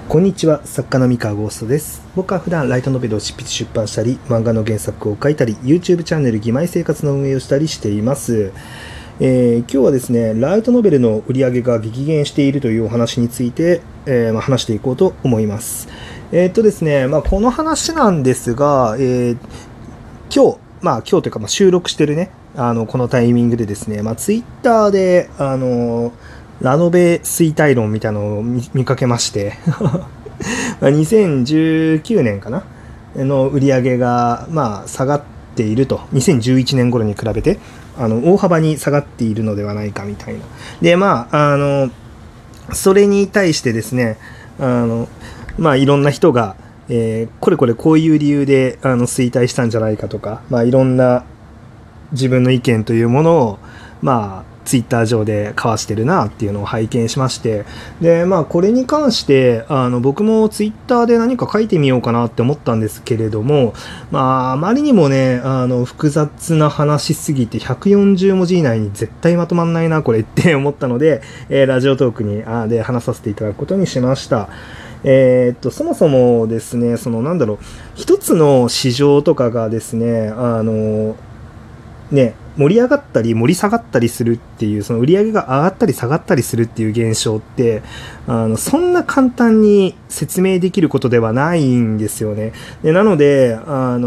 こんにちは、作家の三河ゴーストです。僕は普段ライトノベルを執筆出版したり、漫画の原作を書いたり、YouTube チャンネル義妹生活の運営をしたりしています。今日はですね、ライトノベルの売り上げが激減しているというお話について、話していこうと思います。ですね、この話なんですが、今日というか、収録してるね、このタイミングでですね、ツイッターで、ラノベ衰退論みたいなのを 見かけまして2019年かなの売り上げが下がっていると、2011年頃に比べて大幅に下がっているのではないかみたいな。でそれに対してですね、いろんな人が、こういう理由で衰退したんじゃないかとか、いろんな自分の意見というものをツイッター上で交わしてるなっていうのを拝見しまして、でこれに関して僕もツイッターで何か書いてみようかなって思ったんですけれども、あまりにもね複雑な話すぎて140文字以内に絶対まとまんないなこれって思ったので、ラジオトークにで話させていただくことにしました。そもそもですね、一つの市場とかがですね盛り上がったり盛り下がったりするっていう、その売り上げが上がったり下がったりするっていう現象ってそんな簡単に説明できることではないんですよね。でなので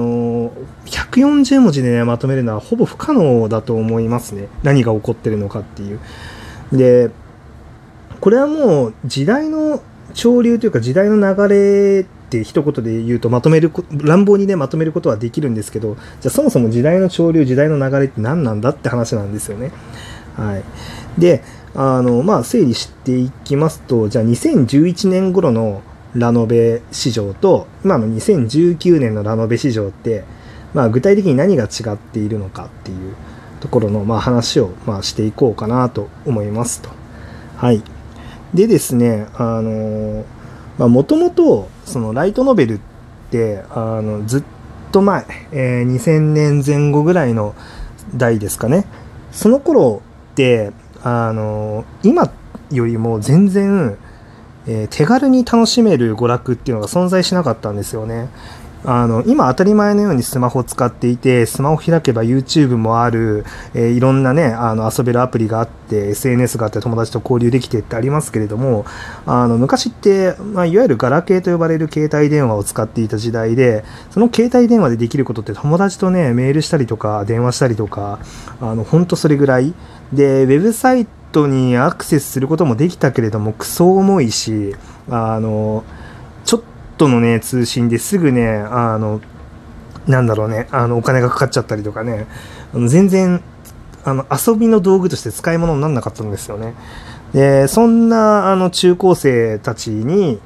140文字で、ね、まとめるのはほぼ不可能だと思いますね。何が起こってるのかっていう。でこれはもう時代の潮流というか時代の流れって一言で言うと乱暴にねまとめることはできるんですけど、じゃあそもそも時代の潮流時代の流れって何なんだって話なんですよね。はい。で整理していきますと、じゃあ2011年頃のラノベ市場と今の2019年のラノベ市場って、具体的に何が違っているのかっていうところの話をしていこうかなと思いますと。はい。でですね、もともとそのライトノベルってずっと前、2000年前後ぐらいの代ですかね。その頃って今よりも全然、手軽に楽しめる娯楽っていうのが存在しなかったんですよね。今当たり前のようにスマホを使っていて、スマホ開けば YouTube もある、いろんなね遊べるアプリがあって SNS があって友達と交流できてってありますけれども、昔って、いわゆるガラケーと呼ばれる携帯電話を使っていた時代で、その携帯電話でできることって友達とねメールしたりとか電話したりとかほんとそれぐらいで、ウェブサイトにアクセスすることもできたけれどもクソ重いし、ちょっとのね通信ですぐねお金がかかっちゃったりとかね、全然遊びの道具として使い物にならなかったんですよね。でそんな中高生たちに、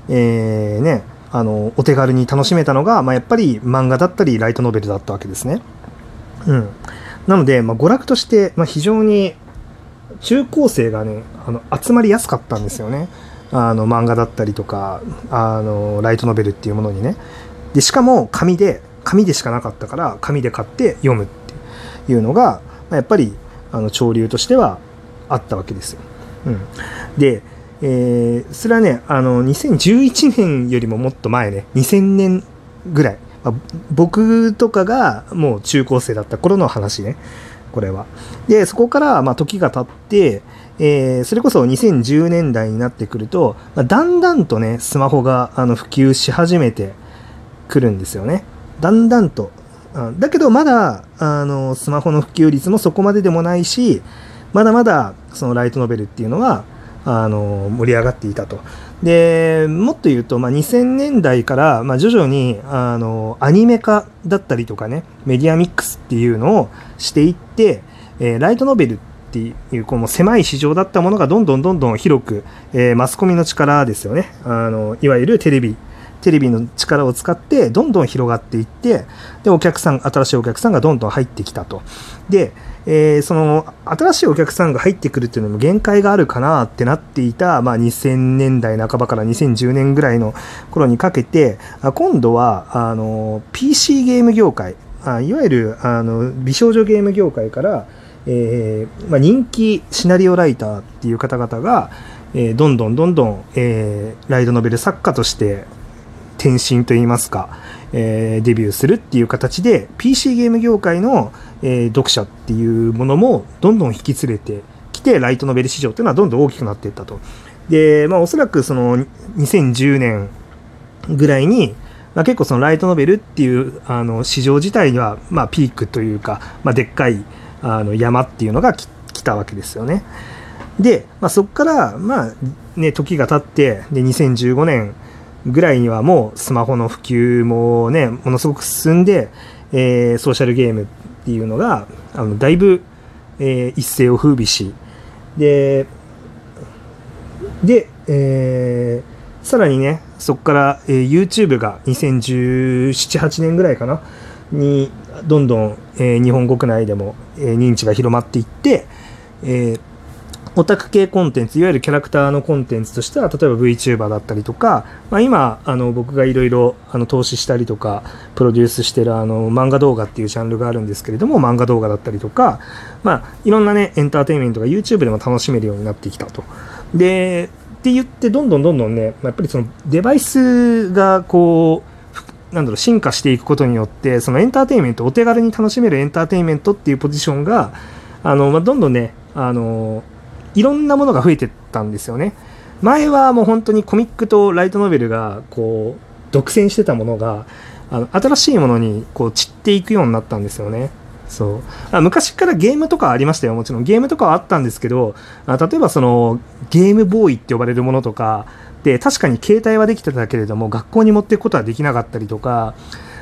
お手軽に楽しめたのが、やっぱり漫画だったりライトノベルだったわけですね。なので、娯楽として、非常に中高生がね集まりやすかったんですよね。漫画だったりとかライトノベルっていうものにね。でしかも紙でしかなかったから紙で買って読むっていうのが、やっぱり潮流としてはあったわけですよ。で、それはね2011年よりももっと前ね、2000年ぐらい、僕とかがもう中高生だった頃の話ね、これは。でそこから時が経って、それこそ2010年代になってくると、だんだんとねスマホが普及し始めてくるんですよね。だんだんと。だけどまだスマホの普及率もそこまででもないし、まだまだそのライトノベルっていうのは盛り上がっていたと。でもっと言うと、2000年代から、徐々にアニメ化だったりとかね、メディアミックスっていうのをしていって、ライトノベルっていうこの狭い市場だったものがどんどん広く、マスコミの力ですよね、いわゆるテレビの力を使ってどんどん広がっていって、で新しいお客さんがどんどん入ってきたと。で、その新しいお客さんが入ってくるっていうのも限界があるかなってなっていた、2000年代半ばから2010年ぐらいの頃にかけて、今度はPC ゲーム業界、いわゆる美少女ゲーム業界から、人気シナリオライターっていう方々が、 どんどん、ライトノベル作家として転身といいますか、デビューするっていう形で PC ゲーム業界の、読者っていうものもどんどん引き連れてきて、ライトノベル市場っていうのはどんどん大きくなっていったと。で、おそらくその2010年ぐらいに、結構そのライトノベルっていう市場自体には、ピークというか、でっかい山っていうのが来たわけですよね。で、そこから時が経ってで2015年ぐらいにはもうスマホの普及もねものすごく進んで、ソーシャルゲームっていうのがだいぶ、一世を風靡しで、さらにねそこから、YouTube が2017、8年ぐらいかなにどんどん、日本国内でも、認知が広まっていって、オタク系コンテンツいわゆるキャラクターのコンテンツとしては例えば VTuber だったりとか、今僕がいろいろ投資したりとかプロデュースしている漫画動画っていうジャンルがあるんですけれども、漫画動画だったりとか、いろんなねエンターテインメントが YouTube でも楽しめるようになってきたと。でって言ってどんどんねやっぱりそのデバイスがこう進化していくことによってそのエンターテインメントお手軽に楽しめるエンターテインメントっていうポジションがどんどんねいろんなものが増えてったんですよね。前はもう本当にコミックとライトノベルがこう独占してたものが新しいものにこう散っていくようになったんですよね。そう昔からゲームとかありましたよ。もちろんゲームとかはあったんですけど、例えばそのゲームボーイって呼ばれるものとかで確かに携帯はできてたけれども学校に持っていくことはできなかったりとか、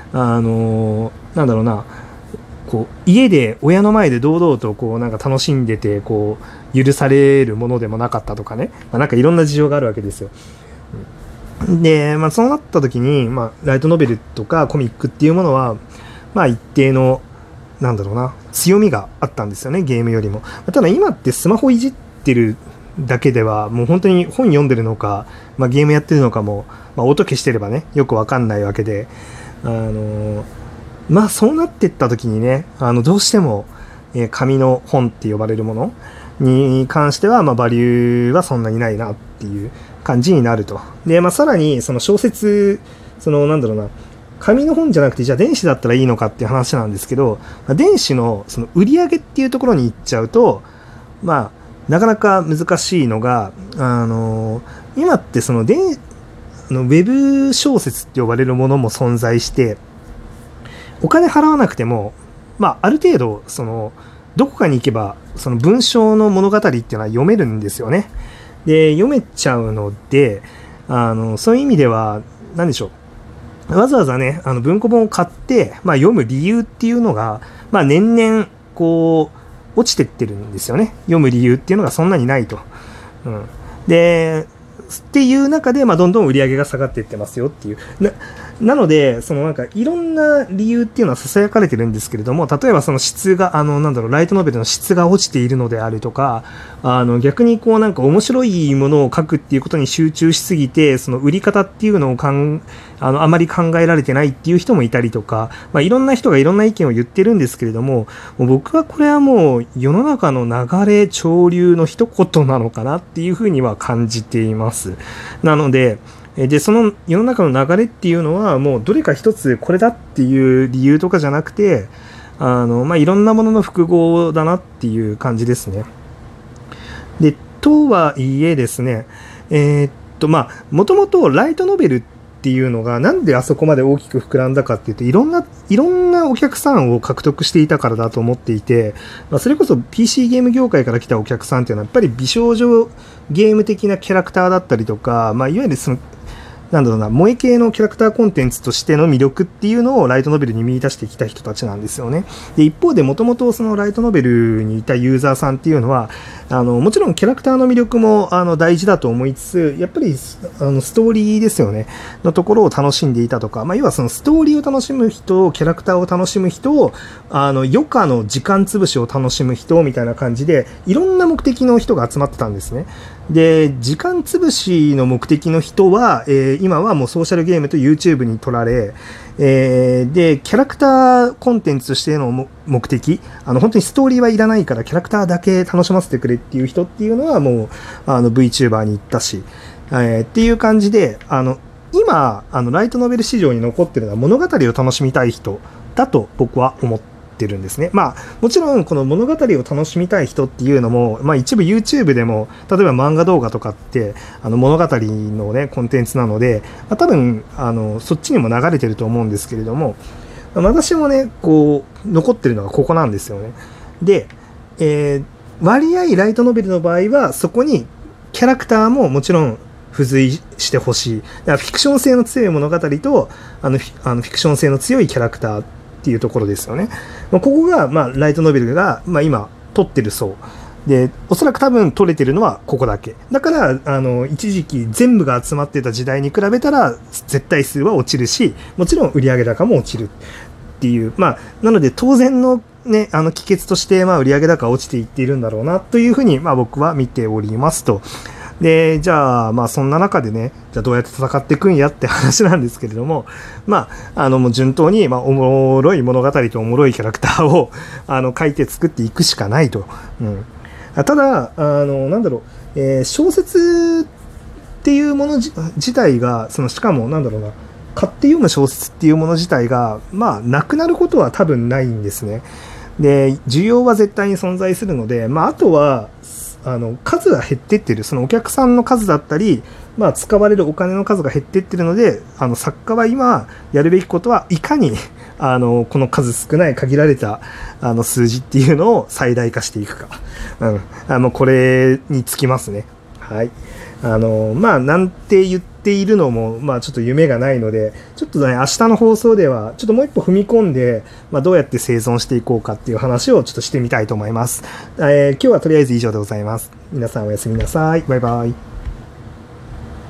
こう家で親の前で堂々とこう楽しんでてこう許されるものでもなかったとかね、いろんな事情があるわけですよ。で、そうなった時に、ライトノベルとかコミックっていうものは、一定の強みがあったんですよね、ゲームよりも。ただ今ってスマホいじってるだけではもう本当に本読んでるのか、ゲームやってるのかも、音消してればねよくわかんないわけで、そうなっていった時にねどうしても、紙の本って呼ばれるものに関しては、バリューはそんなにないなっていう感じになると。で、さらにその小説紙の本じゃなくてじゃあ電子だったらいいのかっていう話なんですけど、電子のその売り上げっていうところに行っちゃうとなかなか難しいのが今ってそのウェブ小説って呼ばれるものも存在してお金払わなくてもある程度そのどこかに行けばその文章の物語っていうのは読めるんですよね。で読めちゃうのでそういう意味では何でしょう、わざわざね文庫本を買って、読む理由っていうのが、年々こう落ちてってるんですよね。読む理由っていうのがそんなにないと。でっていう中で、どんどん売り上げが下がっていってますよっていう。なのでそのいろんな理由っていうのはささやかれてるんですけれども、例えばその質がライトノベルの質が落ちているのであるとか、逆にこう面白いものを書くっていうことに集中しすぎてその売り方っていうのをあまり考えられてないっていう人もいたりとか、いろんな人がいろんな意見を言ってるんですけれども、僕はこれはもう世の中の流れ潮流の一言なのかなっていうふうには感じています。なのでその世の中の流れっていうのはもうどれか一つこれだっていう理由とかじゃなくていろんなものの複合だなっていう感じですね。でとはいえですねもともとライトノベルっていうのがなんであそこまで大きく膨らんだかっていうといろんなお客さんを獲得していたからだと思っていて、それこそ PC ゲーム業界から来たお客さんっていうのはやっぱり美少女ゲーム的なキャラクターだったりとか、いわゆるその萌え系のキャラクターコンテンツとしての魅力っていうのをライトノベルに見出してきた人たちなんですよね。で一方でもともとそのライトノベルにいたユーザーさんっていうのはもちろんキャラクターの魅力も大事だと思いつつ、やっぱりストーリーですよねのところを楽しんでいたとか、要はそのストーリーを楽しむ人、キャラクターを楽しむ人、余暇の時間潰しを楽しむ人みたいな感じでいろんな目的の人が集まってたんですね。 で、時間潰しの目的の人は、今はもうソーシャルゲームと YouTube に取られ、で、キャラクターコンテンツとしての目的、本当にストーリーはいらないからキャラクターだけ楽しませてくれっていう人っていうのはもう、VTuber に行ったし、っていう感じで、今、ライトノベル市場に残ってるのは物語を楽しみたい人だと僕は思ってるんですね。まあ、もちろんこの物語を楽しみたい人っていうのも、まあ一部 YouTube でも、例えば漫画動画とかって、物語のね、コンテンツなので、まあ、多分、そっちにも流れてると思うんですけれども、私もね、こう、残ってるのがここなんですよね。で、割合ライトノベルの場合は、そこにキャラクターももちろん、付随してほしい。だからフィクション性の強い物語と、フィクション性の強いキャラクターっていうところですよね。ここが、まあ、ライトノベルが、まあ、今、撮ってる層。で、おそらく多分撮れてるのはここだけ。だから、一時期全部が集まってた時代に比べたら、絶対数は落ちるし、もちろん売上高も落ちるっていう。まあ、なので当然のね、帰結として、まあ、売上高は落ちていっているんだろうな、というふうに、まあ、僕は見ておりますと。で、じゃあ、まあそんな中でね、じゃあどうやって戦っていくんやって話なんですけれども、まあ、もう順当に、まあおもろい物語とおもろいキャラクターを、書いて作っていくしかないと。うん。ただ、なんだろう、小説っていうもの自体が、しかもなんだろうな、買って読む小説っていうもの自体が、まあ、なくなることは多分ないんですね。で、需要は絶対に存在するので、まあ、あとは、数が減ってってる、そのお客さんの数だったり、まあ、使われるお金の数が減ってってるので、作家は今やるべきことはいかに、この数少ない限られた、数字っていうのを最大化していくか。これにつきますね。はい。まあ、なんて言っているのも、まあ、ちょっと夢がないので、ちょっとね、明日の放送では、ちょっともう一歩踏み込んで、まあ、どうやって生存していこうかっていう話をちょっとしてみたいと思います。今日はとりあえず以上でございます。皆さんおやすみなさい。バイバイ。